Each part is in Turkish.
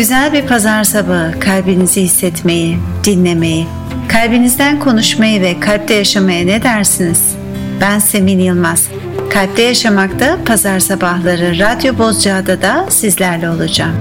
Güzel bir pazar sabahı kalbinizi hissetmeyi, dinlemeyi, kalbinizden konuşmayı ve kalpte yaşamaya ne dersiniz? Ben Semin Yılmaz. Kalpte Yaşamak'ta pazar sabahları Radyo Bozcaada'da da sizlerle olacağım.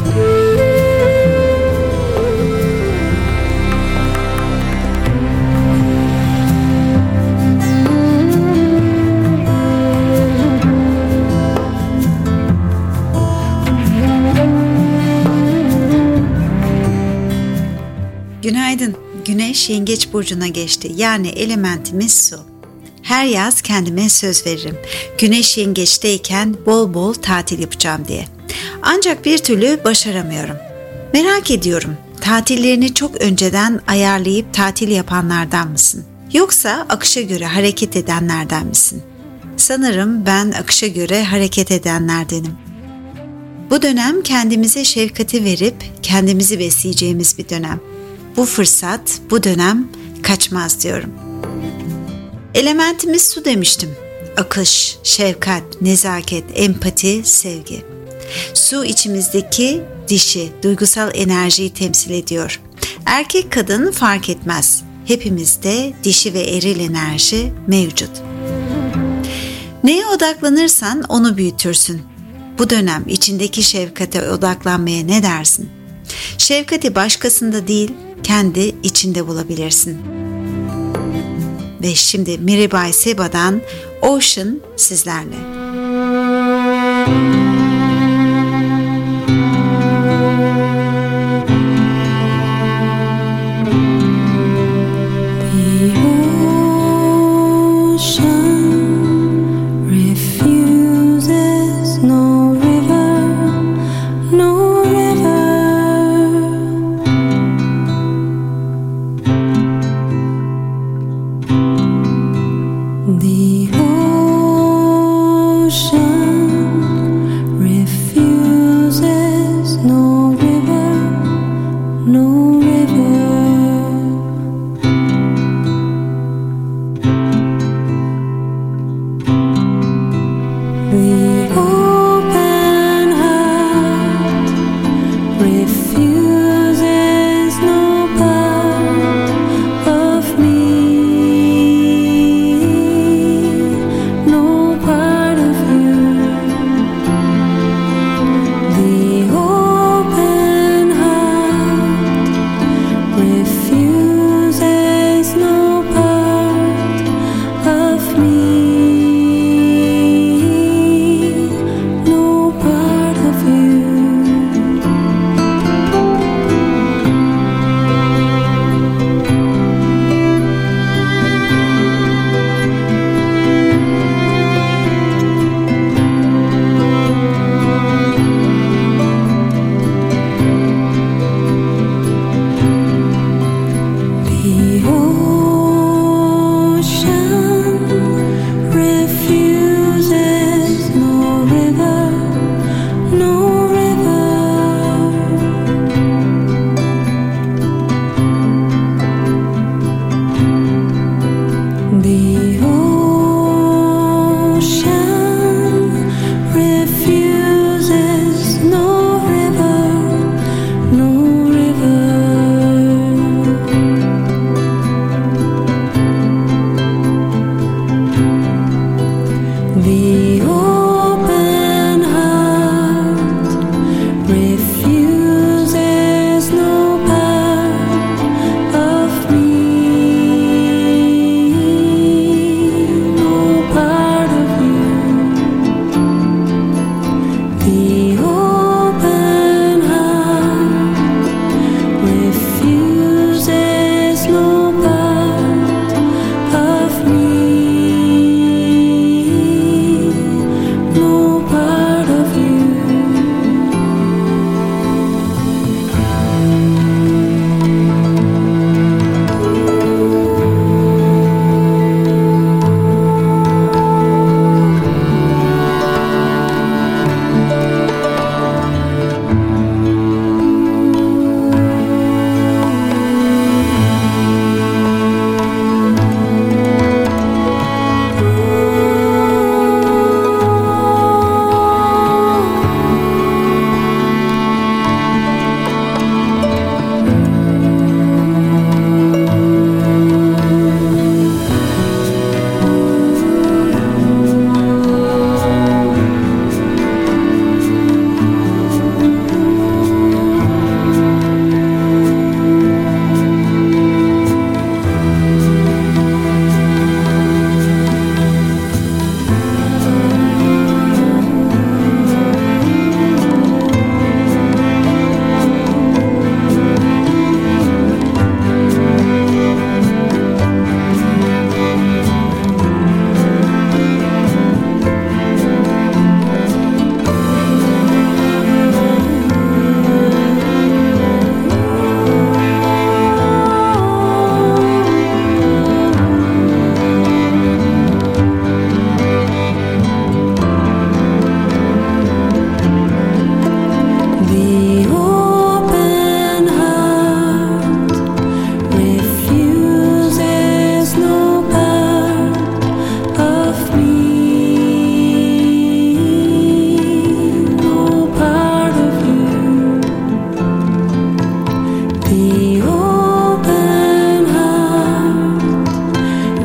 Günaydın. Güneş Yengeç burcuna geçti. Yani elementimiz su. Her yaz kendime söz veririm. Güneş Yengeç'teyken bol bol tatil yapacağım diye. Ancak bir türlü başaramıyorum. Merak ediyorum. Tatillerini çok önceden ayarlayıp tatil yapanlardan mısın? Yoksa akışa göre hareket edenlerden misin? Sanırım ben akışa göre hareket edenlerdenim. Bu dönem kendimize şefkati verip kendimizi besleyeceğimiz bir dönem. Bu fırsat, bu dönem kaçmaz diyorum. Elementimiz su demiştim. Akış, şefkat, nezaket, empati, sevgi. Su içimizdeki dişi, duygusal enerjiyi temsil ediyor. Erkek kadın fark etmez. Hepimizde dişi ve eril enerji mevcut. Neye odaklanırsan onu büyütürsün. Bu dönem içindeki şefkate odaklanmaya ne dersin? Şefkati başkasında değil, kendi içinde bulabilirsin. Ve şimdi Mirabai Seba'dan Ocean sizlerle. The ocean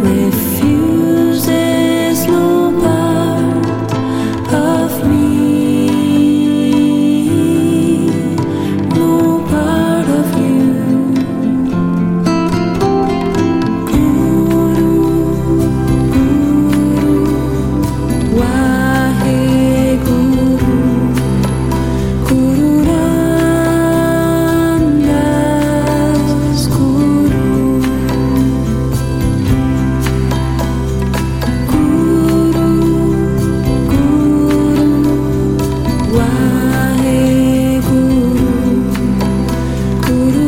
refuses no part of me, no part of you. Guru, Waheguru, Guru Ramdas Guru, Guru, Waheguru, Guru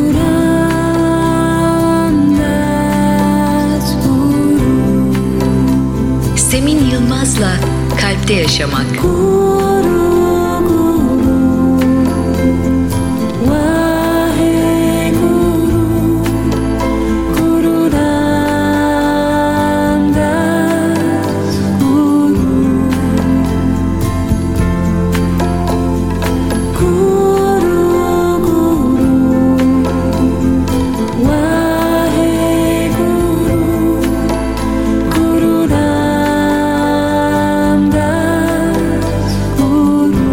Ramdas Guru. Semin Yılmaz'la Kalpte Yaşamak. Guru, Waheguru, Guru Ramdas Guru, Guru, Waheguru, Guru Ramdas Guru.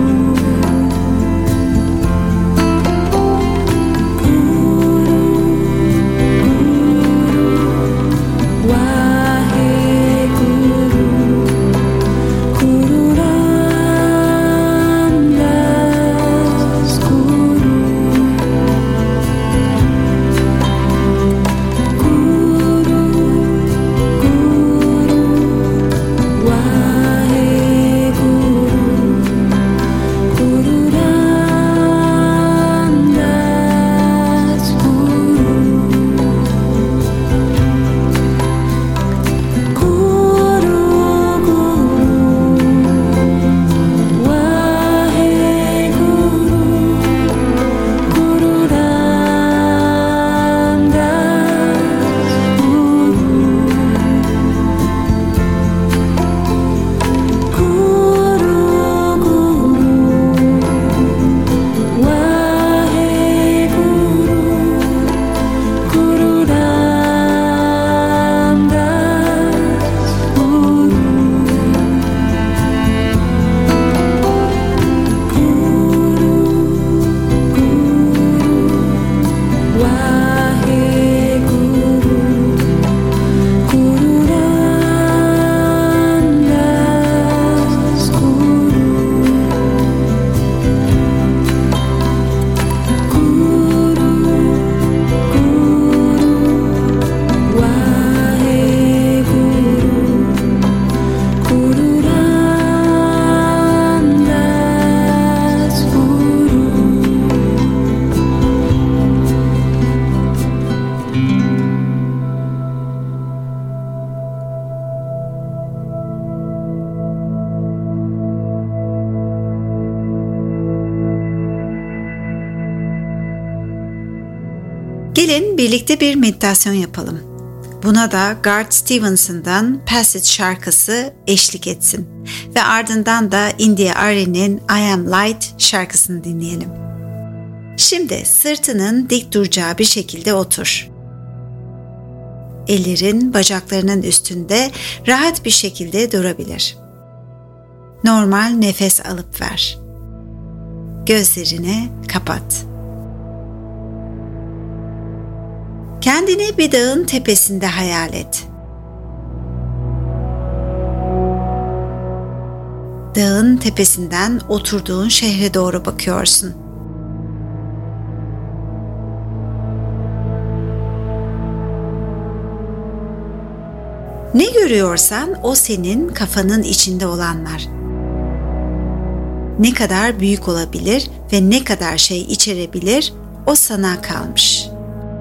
Gelin birlikte bir meditasyon yapalım. Buna da Garth Stevenson'dan Passage şarkısı eşlik etsin ve ardından da India Arie'nin I Am Light şarkısını dinleyelim. Şimdi sırtının dik duracağı bir şekilde otur. Ellerin bacaklarının üstünde rahat bir şekilde durabilir. Normal nefes alıp ver. Gözlerini kapat. Kendini bir dağın tepesinde hayal et. Dağın tepesinden oturduğun şehre doğru bakıyorsun. Ne görüyorsan o senin kafanın içinde olanlar. Ne kadar büyük olabilir ve ne kadar şey içerebilir o sana kalmış.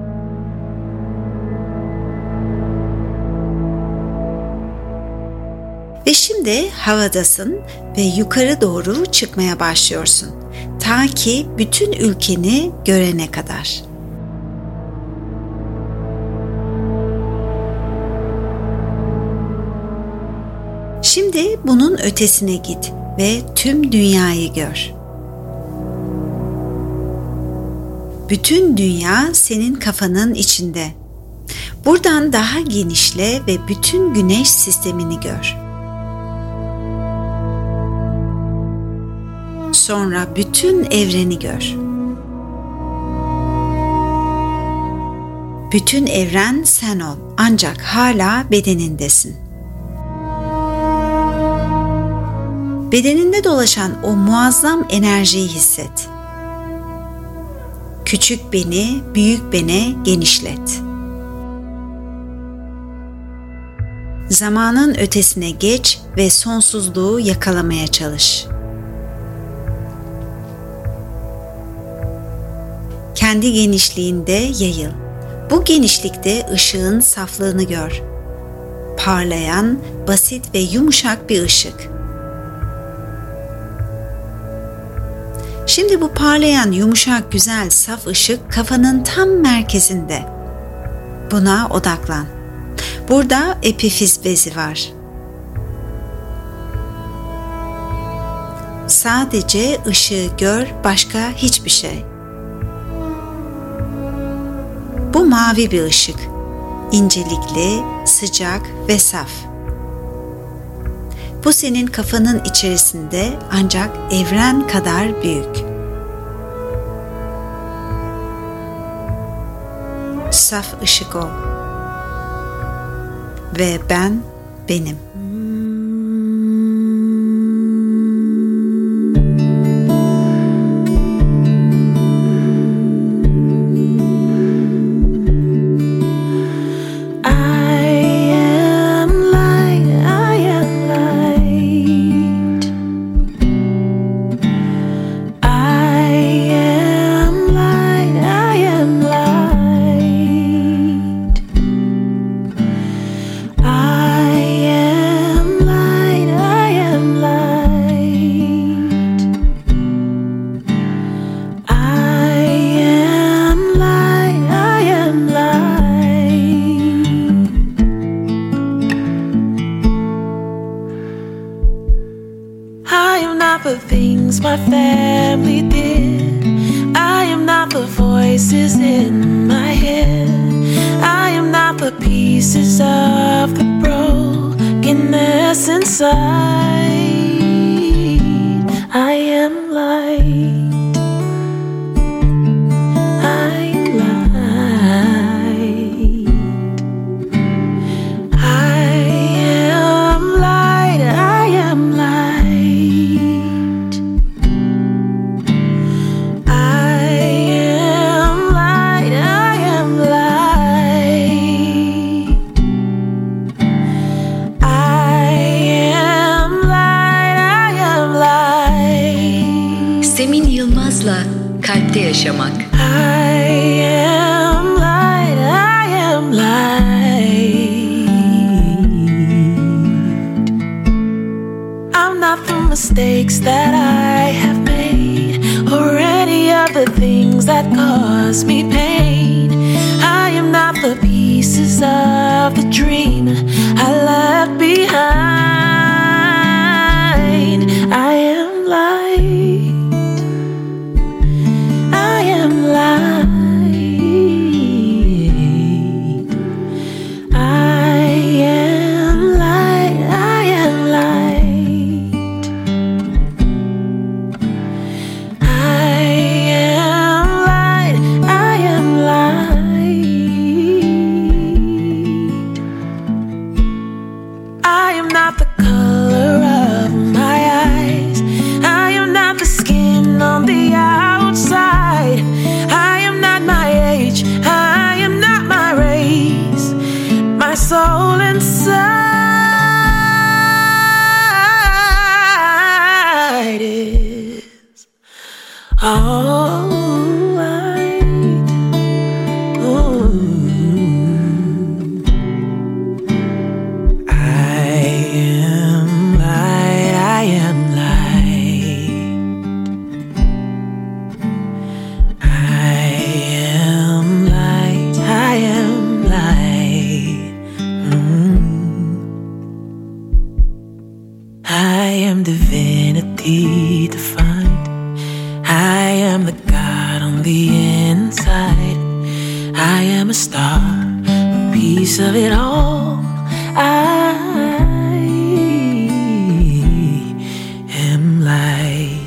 Ve şimdi havadasın ve yukarı doğru çıkmaya başlıyorsun. Ta ki bütün ülkeni görene kadar. Şimdi bunun ötesine git ve tüm dünyayı gör. Bütün dünya senin kafanın içinde. Buradan daha genişle ve bütün güneş sistemini gör. Sonra bütün evreni gör. Bütün evren sen ol, ancak hala bedenindesin. Bedeninde dolaşan o muazzam enerjiyi hisset. Küçük beni, büyük beni genişlet. Zamanın ötesine geç ve sonsuzluğu yakalamaya çalış. Kendi genişliğinde yayıl. Bu genişlikte ışığın saflığını gör. Parlayan, basit ve yumuşak bir ışık. Şimdi bu parlayan, yumuşak, güzel, saf ışık kafanın tam merkezinde. Buna odaklan. Burada epifiz bezi var. Sadece ışığı gör, başka hiçbir şey. Bu mavi bir ışık. İncelikli, sıcak ve saf. Bu senin kafanın içerisinde ancak evren kadar büyük. Saf ışık ol. Ve ben benim. The things my family did. I am not the voices in my head. I am not the pieces of the brokenness inside. I am light. I am light. I am light. I am light. Semin Yılmaz'la Kalpte Yaşamak. I am light, I am light. I'm not the mistakes that I have made, or any of the things that cause me pain. I am not the pieces of the dream I left behind. I am light. I am light. I am light. I am light. I am light. I am light. I am not the color of my eyes. I am not the skin on the outside. I am not my age. I am not my race. My soul inside is all light. Ooh. I am light. I am light. I am light. I am light. I am divinity defined. I am the God on the inside. I am a star, a piece piece of it all. I am light.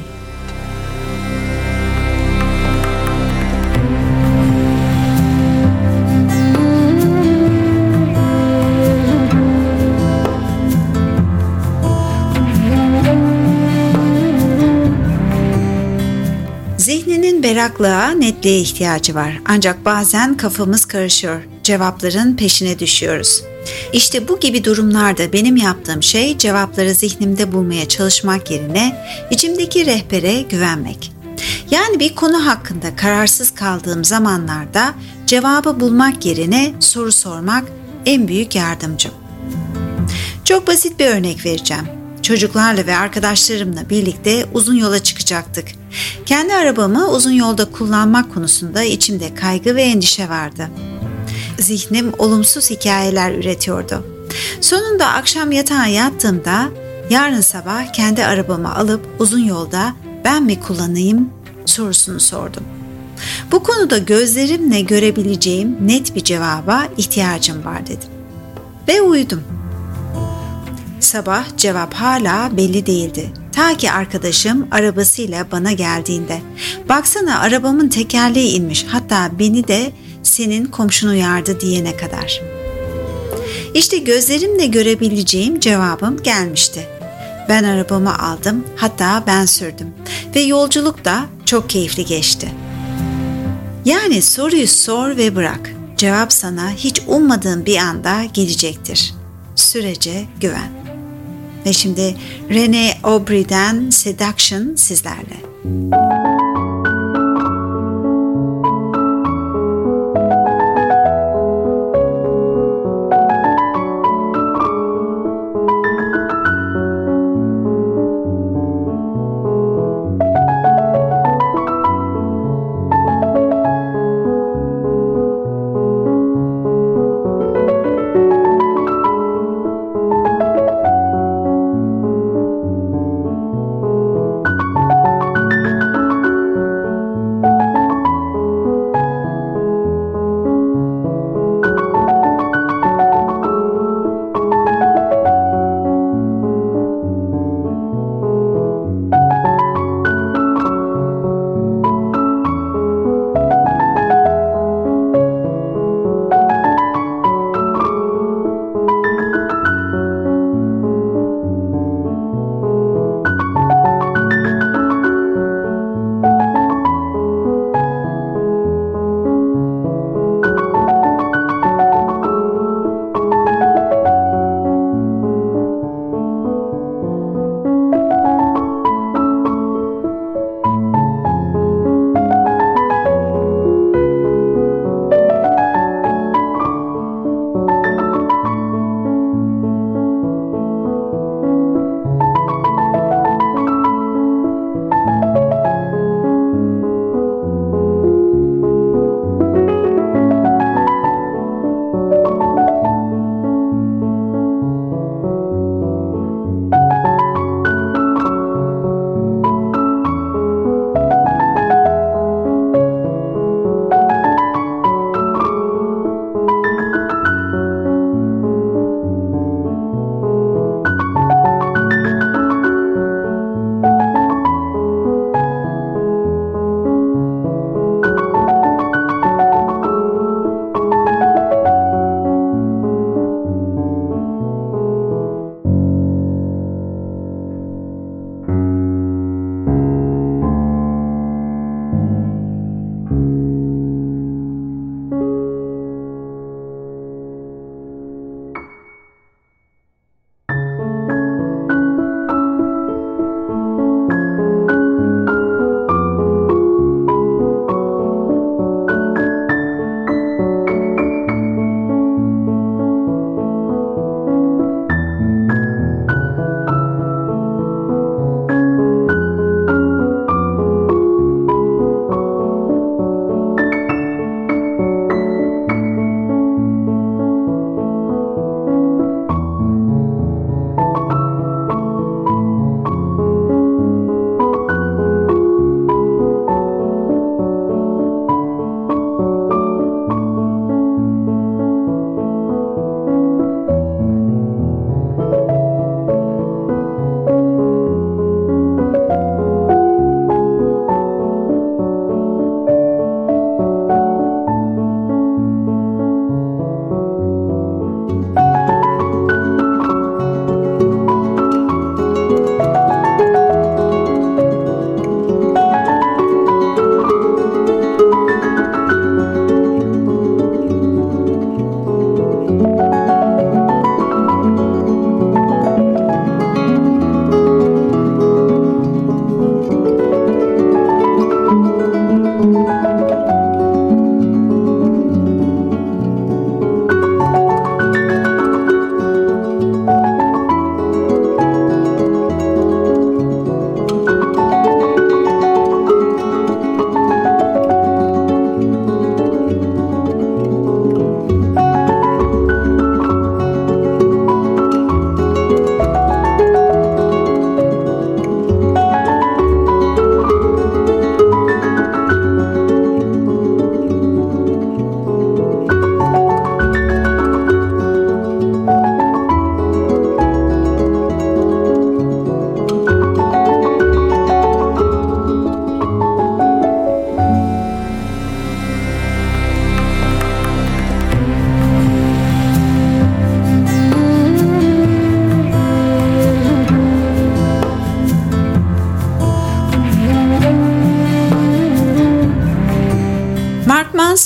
Zihninin berraklığa, netliğe ihtiyacı var. Ancak bazen kafamız karışıyor. Cevapların peşine düşüyoruz. İşte bu gibi durumlarda benim yaptığım şey cevapları zihnimde bulmaya çalışmak yerine içimdeki rehbere güvenmek. Yani bir konu hakkında kararsız kaldığım zamanlarda cevabı bulmak yerine soru sormak en büyük yardımcım. Çok basit bir örnek vereceğim. Çocuklarla ve arkadaşlarımla birlikte uzun yola çıkacaktık. Kendi arabamı uzun yolda kullanmak konusunda içimde kaygı ve endişe vardı. Zihnim olumsuz hikayeler üretiyordu. Sonunda akşam yatağa yattığımda yarın sabah kendi arabamı alıp uzun yolda ben mi kullanayım sorusunu sordum. Bu konuda gözlerimle görebileceğim net bir cevaba ihtiyacım var dedim. Ve uyudum. Sabah cevap hala belli değildi. Ta ki arkadaşım arabasıyla bana geldiğinde, "Baksana arabamın tekerleği inmiş, hatta beni de senin komşun uyardı" diyene kadar. İşte gözlerimle görebileceğim cevabım gelmişti. Ben arabamı aldım, hatta ben sürdüm ve yolculuk da çok keyifli geçti. Yani soruyu sor ve bırak. Cevap sana hiç ummadığın bir anda gelecektir. Sürece güven. Ve şimdi Rene Aubry'den Seduction sizlerle.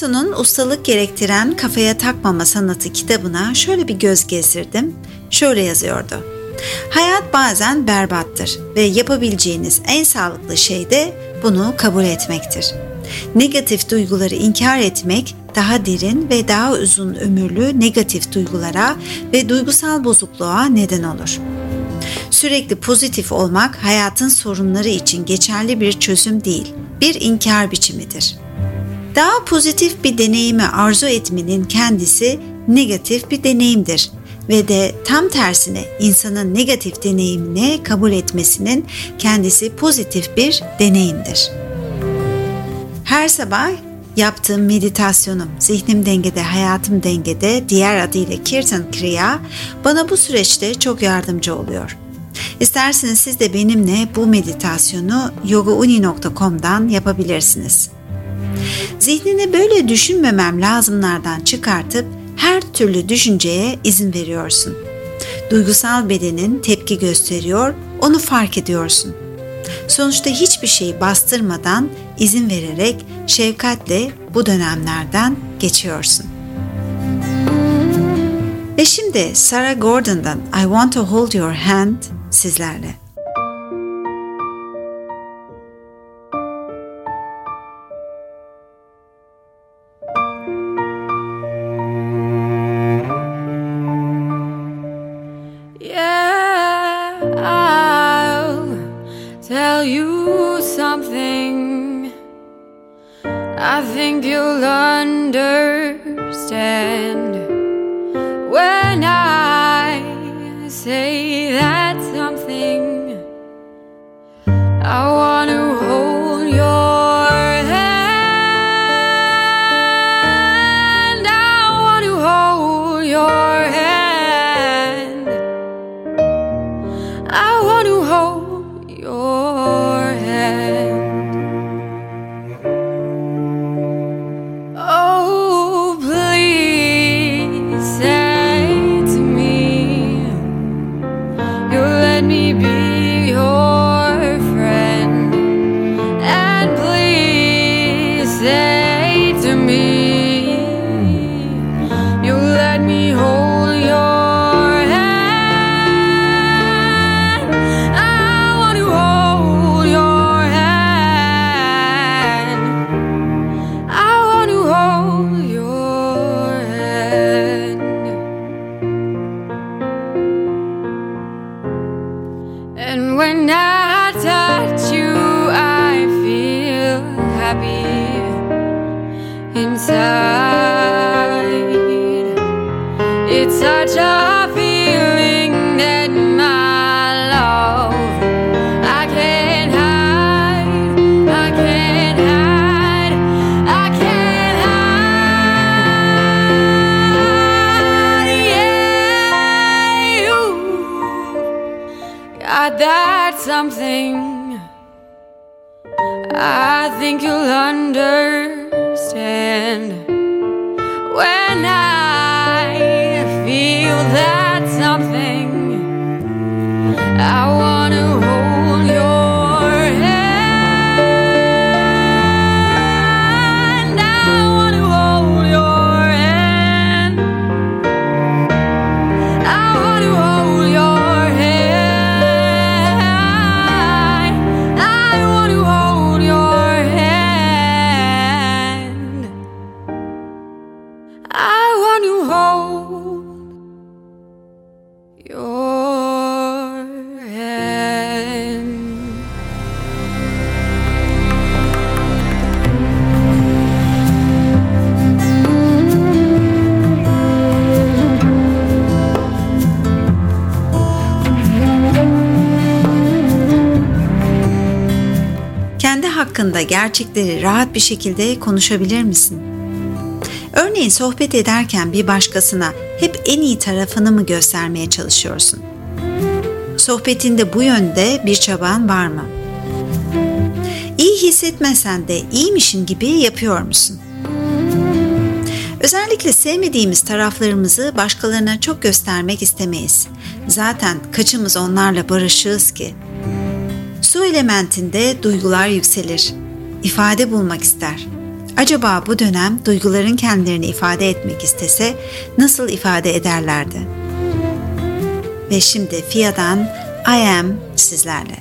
Picasso'nun ustalık gerektiren kafaya takmama sanatı kitabına şöyle bir göz gezdirdim. Şöyle yazıyordu. Hayat bazen berbattır ve yapabileceğiniz en sağlıklı şey de bunu kabul etmektir. Negatif duyguları inkar etmek daha derin ve daha uzun ömürlü negatif duygulara ve duygusal bozukluğa neden olur. Sürekli pozitif olmak hayatın sorunları için geçerli bir çözüm değil, bir inkar biçimidir. Daha pozitif bir deneyimi arzu etmenin kendisi negatif bir deneyimdir ve de tam tersine insanın negatif deneyimini kabul etmesinin kendisi pozitif bir deneyimdir. Her sabah yaptığım meditasyonum, zihnim dengede, hayatım dengede, diğer adıyla Kirtan Kriya, bana bu süreçte çok yardımcı oluyor. İsterseniz siz de benimle bu meditasyonu yogauni.com'dan yapabilirsiniz. Zihnini böyle düşünmemem lazımlardan çıkartıp her türlü düşünceye izin veriyorsun. Duygusal bedenin tepki gösteriyor, onu fark ediyorsun. Sonuçta hiçbir şeyi bastırmadan, izin vererek, şefkatle bu dönemlerden geçiyorsun. Ve şimdi Sarah Gordon'dan I Want to Hold Your Hand sizlerle. I think you'll understand when I say that something. I want to hold your hand. I want to hold your hand. I want to hold your hand. And when I touch you, I feel happy inside. It's such a feeling that my love I can't hide, I can't hide, I can't hide. Yeah, you got that something. I think you'll understand when I feel that something. I want to hold your hand. I want to hold your hand. I want to hold your hand. I want to hold your hand. I want to hold your hand. Kendi hakkında gerçekleri rahat bir şekilde konuşabilir misin? Örneğin sohbet ederken bir başkasına hep en iyi tarafını mı göstermeye çalışıyorsun? Sohbetinde bu yönde bir çaban var mı? İyi hissetmesen de iyiymişin gibi yapıyor musun? Özellikle sevmediğimiz taraflarımızı başkalarına çok göstermek istemeyiz. Zaten kaçımız onlarla barışığız ki? Su elementinde duygular yükselir, ifade bulmak ister. Acaba bu dönem duyguların kendilerini ifade etmek istese nasıl ifade ederlerdi? Ve şimdi Fia'dan I Am sizlerle.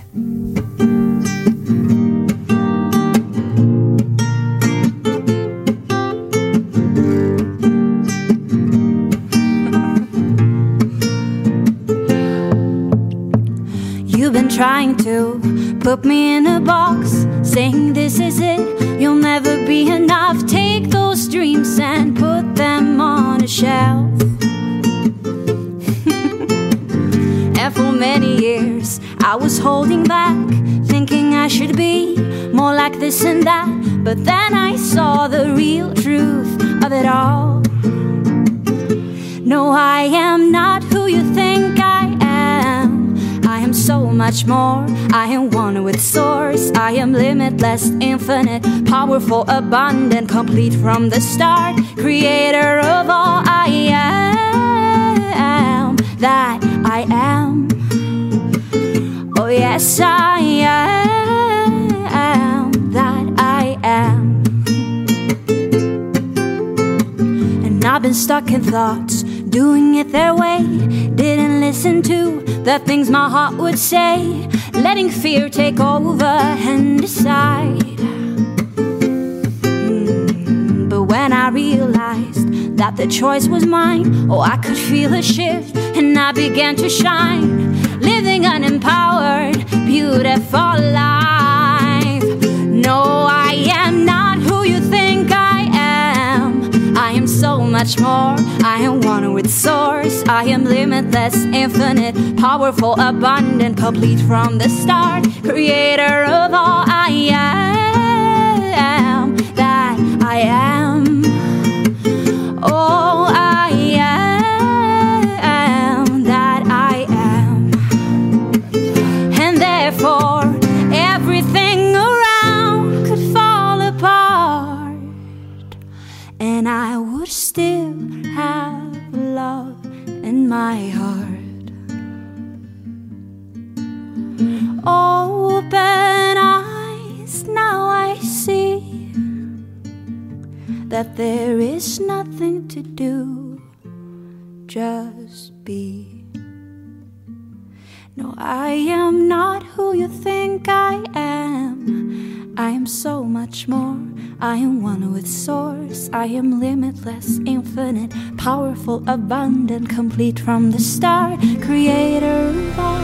You've been trying to put me in a box, saying this is it, you'll never be enough. Take those dreams and put them on a shelf. And for many years I was holding back, thinking I should be more like this and that. But then I saw the real truth of it all. No, I am not who you think I am. I am so much more. I am one with Source. I am limitless, infinite, powerful, abundant, complete from the start. Creator of all. I am that I am. Oh yes, I am that I am. And I've been stuck in thoughts, doing it their way. Didn't listen to the things my heart would say, letting fear take over and decide. But when I realized that the choice was mine, oh, I could feel a shift and I began to shine, living an empowered, beautiful life. No, I am not who you think I am. I am so much more. I am one with Source. I am limitless, infinite, powerful, abundant, complete from the start. Creator of all. I am that I am. Oh, I am that I am. And therefore everything around could fall apart, and I would still have love in my heart. Open eyes, now I see that there is nothing to do, just be. No, I am not who you think I am. I am so much more. I am one with Source. I am limitless, infinite, powerful, abundant, complete from the start. Creator of all.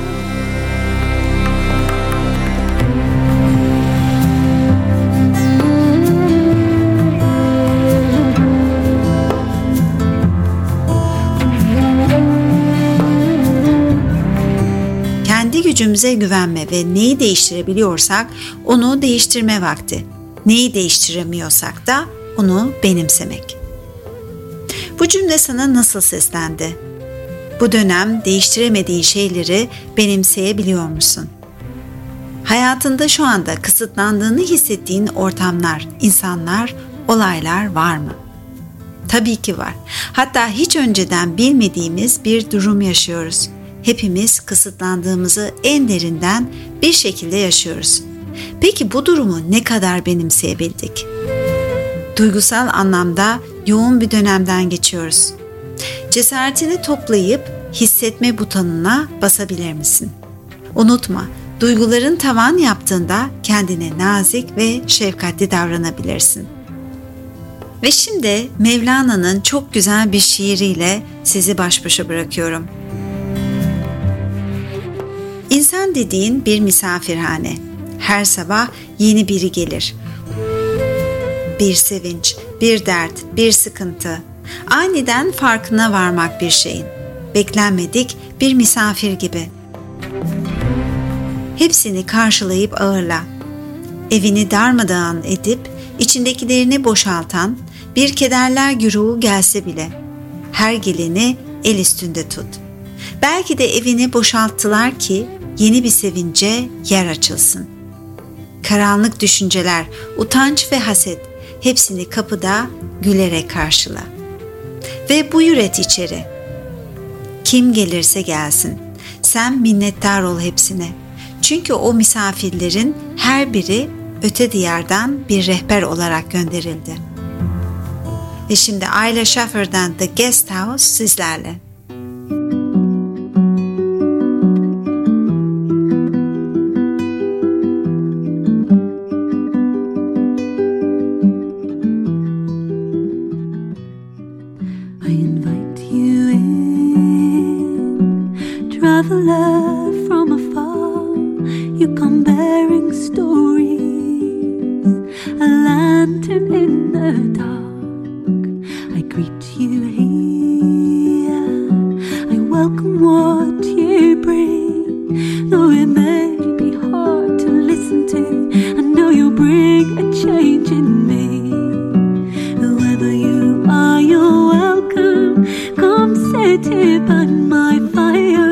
Kendi gücümüze güvenme ve neyi değiştirebiliyorsak onu değiştirme vakti. Neyi değiştiremiyorsak da onu benimsemek. Bu cümle sana nasıl seslendi? Bu dönem değiştiremediğin şeyleri benimseyebiliyor musun? Hayatında şu anda kısıtlandığını hissettiğin ortamlar, insanlar, olaylar var mı? Tabii ki var. Hatta hiç önceden bilmediğimiz bir durum yaşıyoruz. Hepimiz kısıtlandığımızı en derinden bir şekilde yaşıyoruz. Peki bu durumu ne kadar benimseyebildik? Duygusal anlamda yoğun bir dönemden geçiyoruz. Cesaretini toplayıp hissetme butonuna basabilir misin? Unutma, duyguların tavan yaptığında kendine nazik ve şefkatli davranabilirsin. Ve şimdi Mevlana'nın çok güzel bir şiiriyle sizi baş başa bırakıyorum. İnsan dediğin bir misafirhane. Her sabah yeni biri gelir. Bir sevinç, bir dert, bir sıkıntı. Aniden farkına varmak bir şeyin. Beklenmedik bir misafir gibi. Hepsini karşılayıp ağırla. Evini darmadağın edip içindekilerini boşaltan bir kederler güruhu gelse bile her geleni el üstünde tut. Belki de evini boşalttılar ki yeni bir sevince yer açılsın. Karanlık düşünceler, utanç ve haset hepsini kapıda gülerek karşıla. Ve buyur et içeri. Kim gelirse gelsin. Sen minnettar ol hepsine. Çünkü o misafirlerin her biri öte diyardan bir rehber olarak gönderildi. Ve şimdi Ayla Schaffer'dan The Guest House sizlerle. Traveler from afar, you come bearing stories, a lantern in the dark. I greet you here, I welcome what you bring, though it may be hard to listen to. I know you'll bring a change in me. Whoever you are, you're welcome. Come sit here by my fire.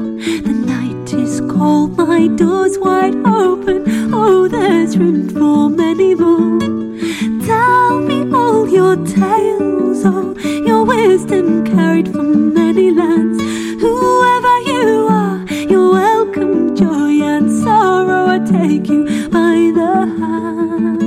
My door's wide open, oh there's room for many more. Tell me all your tales, oh your wisdom carried from many lands. Whoever you are, you're welcome. Joy and sorrow, I take you by the hand.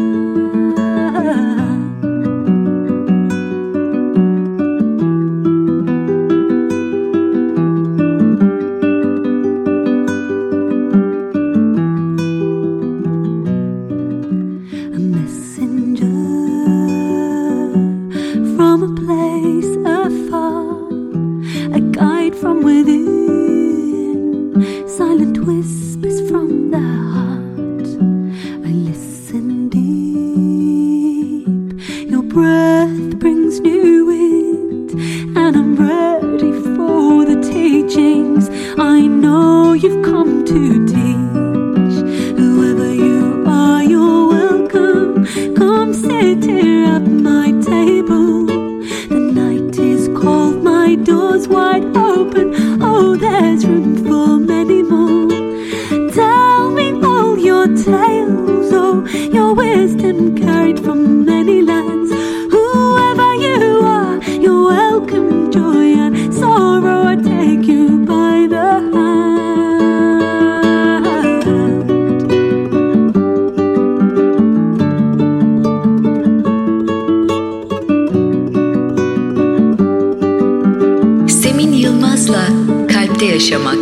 Yaşamak.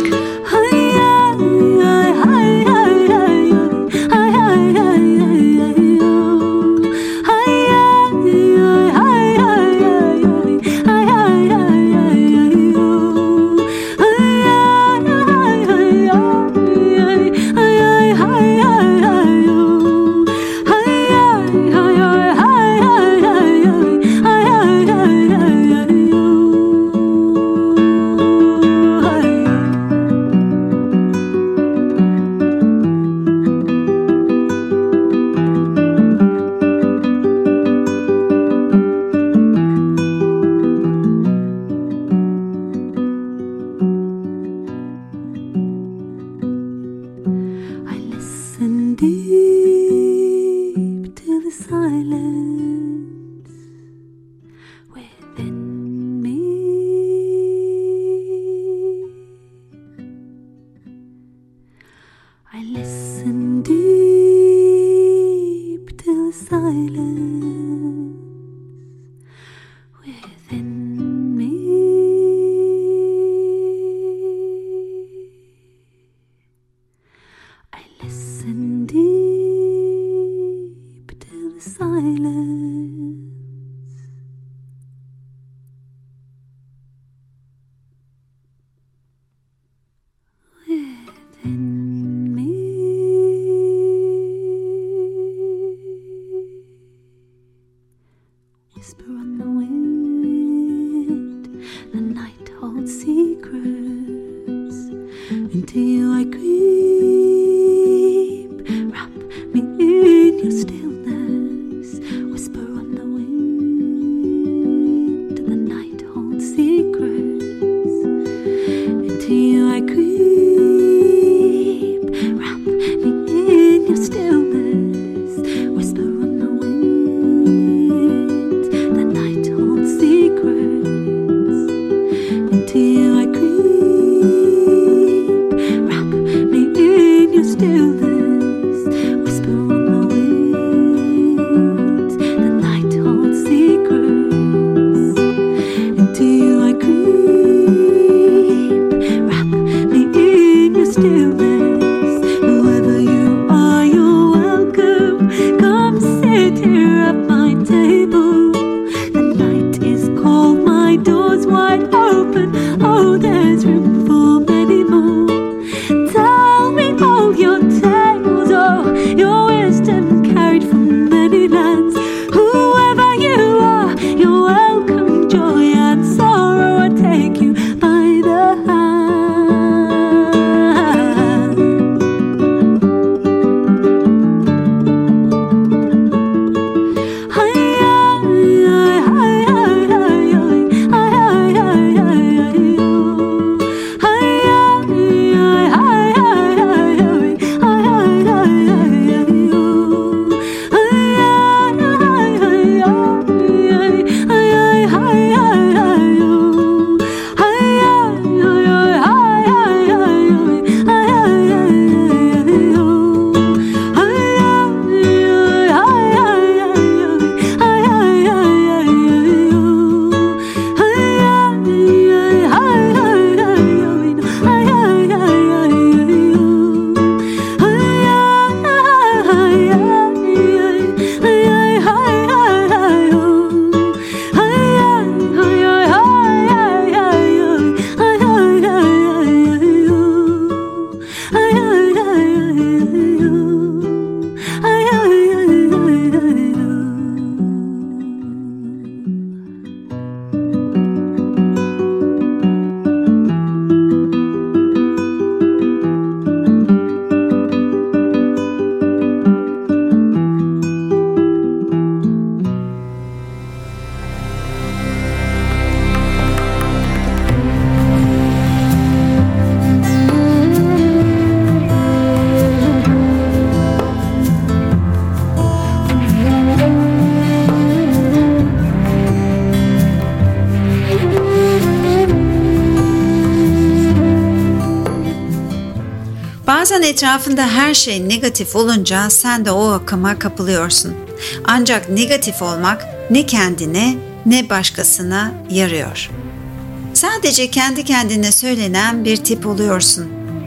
Till I creep, wrap me in stillness. Whoever you are, you're welcome. Come sit here at my table. The night is cold, my door's wide open. Oh, there's room for many more. Tell me all your tales, oh, your wisdom carried from many lands. Whoever you are, you're welcome. Joy and sorrow, I take you by the hand. Bazen etrafında her şey negatif olunca sen de o akıma kapılıyorsun. Ancak negatif olmak ne kendine ne başkasına yarıyor. Sadece kendi kendine söylenen bir tip oluyorsun.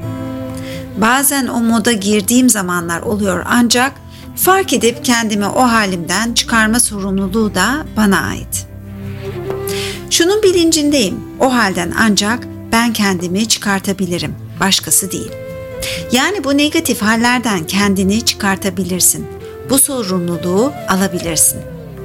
Bazen o moda girdiğim zamanlar oluyor ancak fark edip kendimi o halimden çıkarma sorumluluğu da bana ait. Şunun bilincindeyim, o halden ancak ben kendimi çıkartabilirim, başkası değil. Yani bu negatif hallerden kendini çıkartabilirsin. Bu sorumluluğu alabilirsin.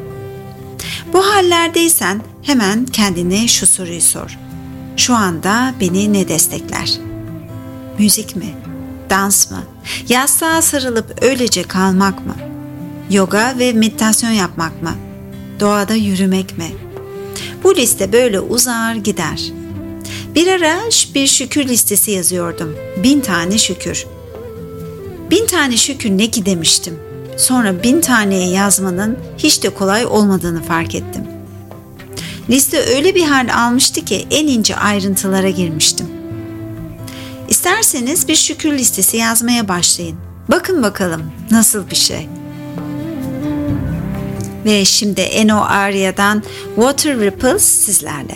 Bu hallerdeysen hemen kendine şu soruyu sor. Şu anda beni ne destekler? Müzik mi? Dans mı? Yastığa sarılıp öylece kalmak mı? Yoga ve meditasyon yapmak mı? Doğada yürümek mi? Bu liste böyle uzar gider. Bir ara bir şükür listesi yazıyordum. 1000 tane şükür. 1000 tane şükür ne ki demiştim. Sonra 1000 taneye yazmanın hiç de kolay olmadığını fark ettim. Liste öyle bir hal almıştı ki en ince ayrıntılara girmiştim. İsterseniz bir şükür listesi yazmaya başlayın. Bakın bakalım nasıl bir şey. Ve şimdi Eno Aria'dan Water Ripples sizlerle.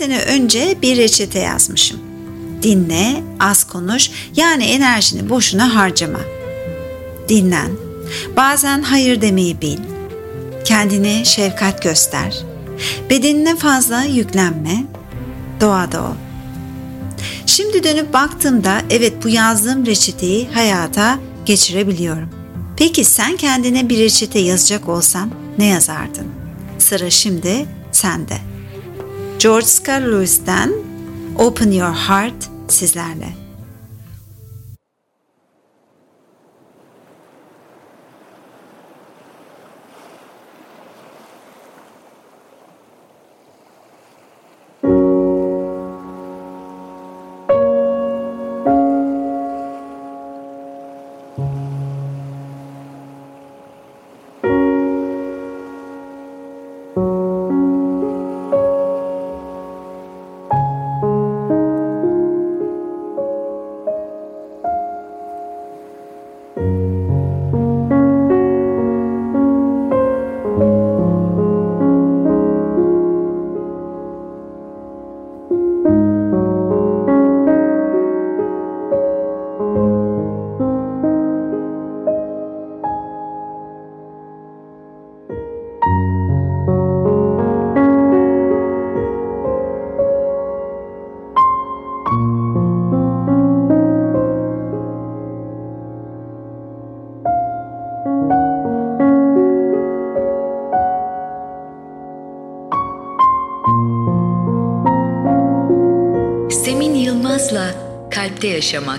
sene önce bir reçete yazmışım. Dinle, az konuş, yani enerjini boşuna harcama. Dinlen, bazen hayır demeyi bil. Kendine şefkat göster. Bedenine fazla yüklenme, doğada ol. Şimdi dönüp baktığımda evet, bu yazdığım reçeteyi hayata geçirebiliyorum. Peki sen kendine bir reçete yazacak olsan ne yazardın? Sıra şimdi sende. George C. Lewis'ten Open Your Heart sizlerle. Semin Yılmaz'la Kalpte Yaşamak.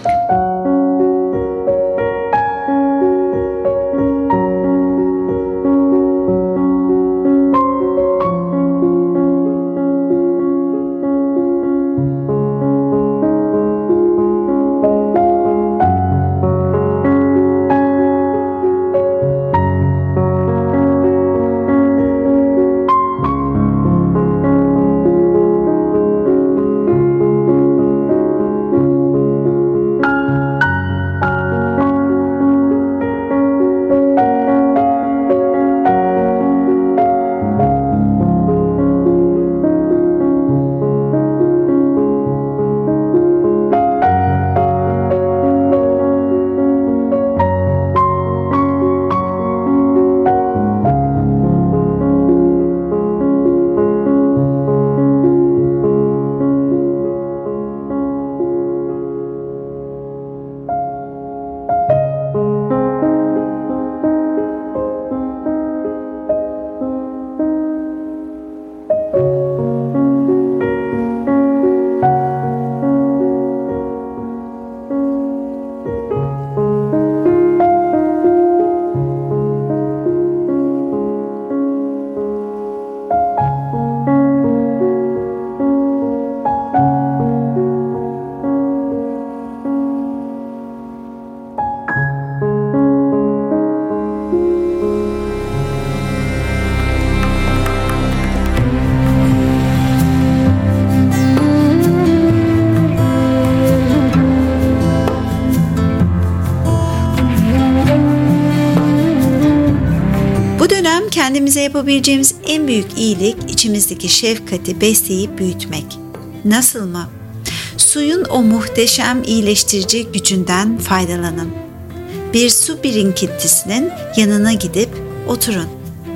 Kendimize yapabileceğimiz en büyük iyilik içimizdeki şefkati besleyip büyütmek. Nasıl mı? Suyun o muhteşem iyileştirici gücünden faydalanın. Bir su birikintisinin yanına gidip oturun.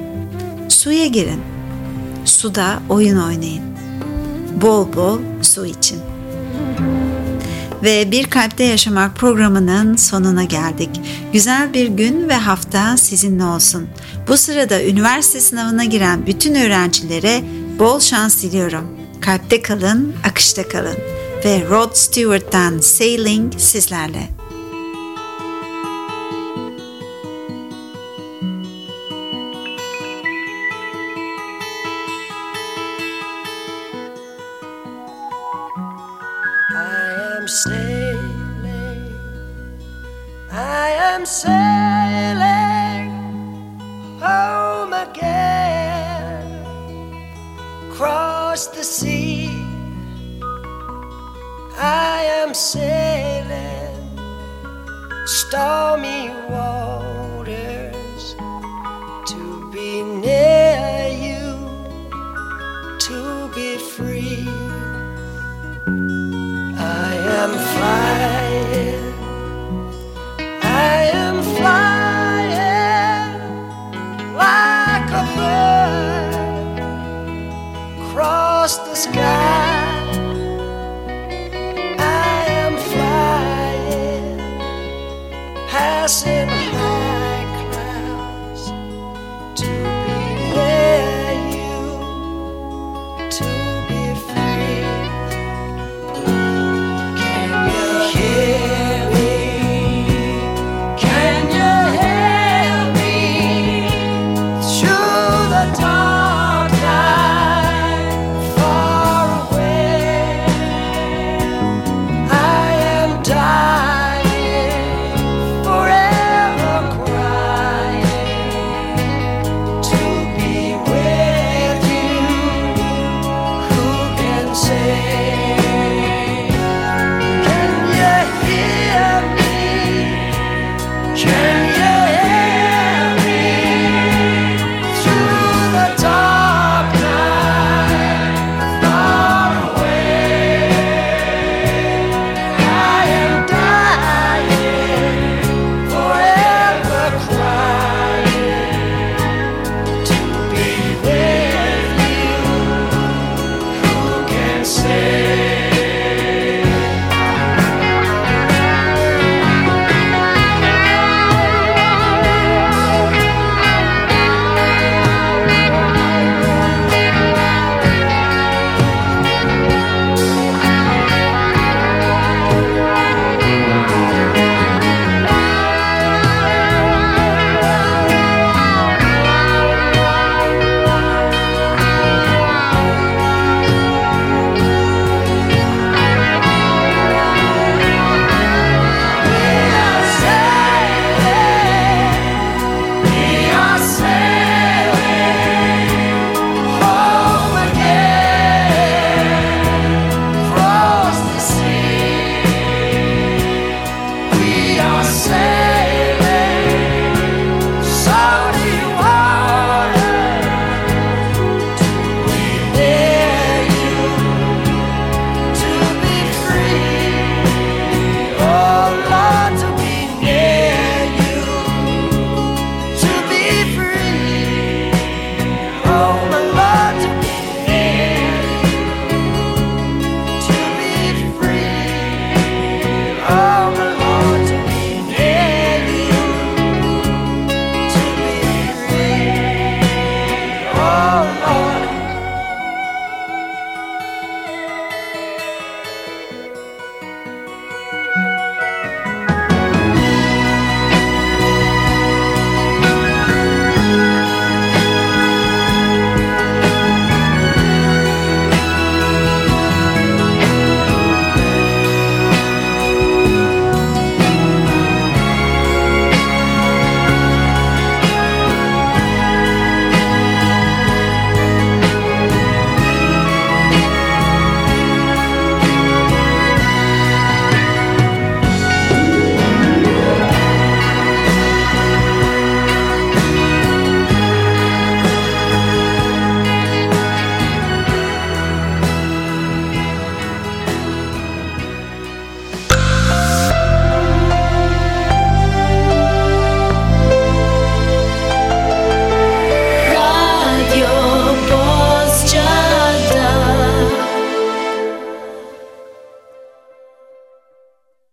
Suya girin. Suda oyun oynayın. Bol bol su için. Ve Bir Kalpte Yaşamak programının sonuna geldik. Güzel bir gün ve hafta sizinle olsun. Bu sırada üniversite sınavına giren bütün öğrencilere bol şans diliyorum. Kalpte kalın, akışta kalın. Ve Rod Stewart'tan Sailing sizlerle. I am sailing home again, across the sea. I am sailing stormy waters to be near you, to be free. passing home.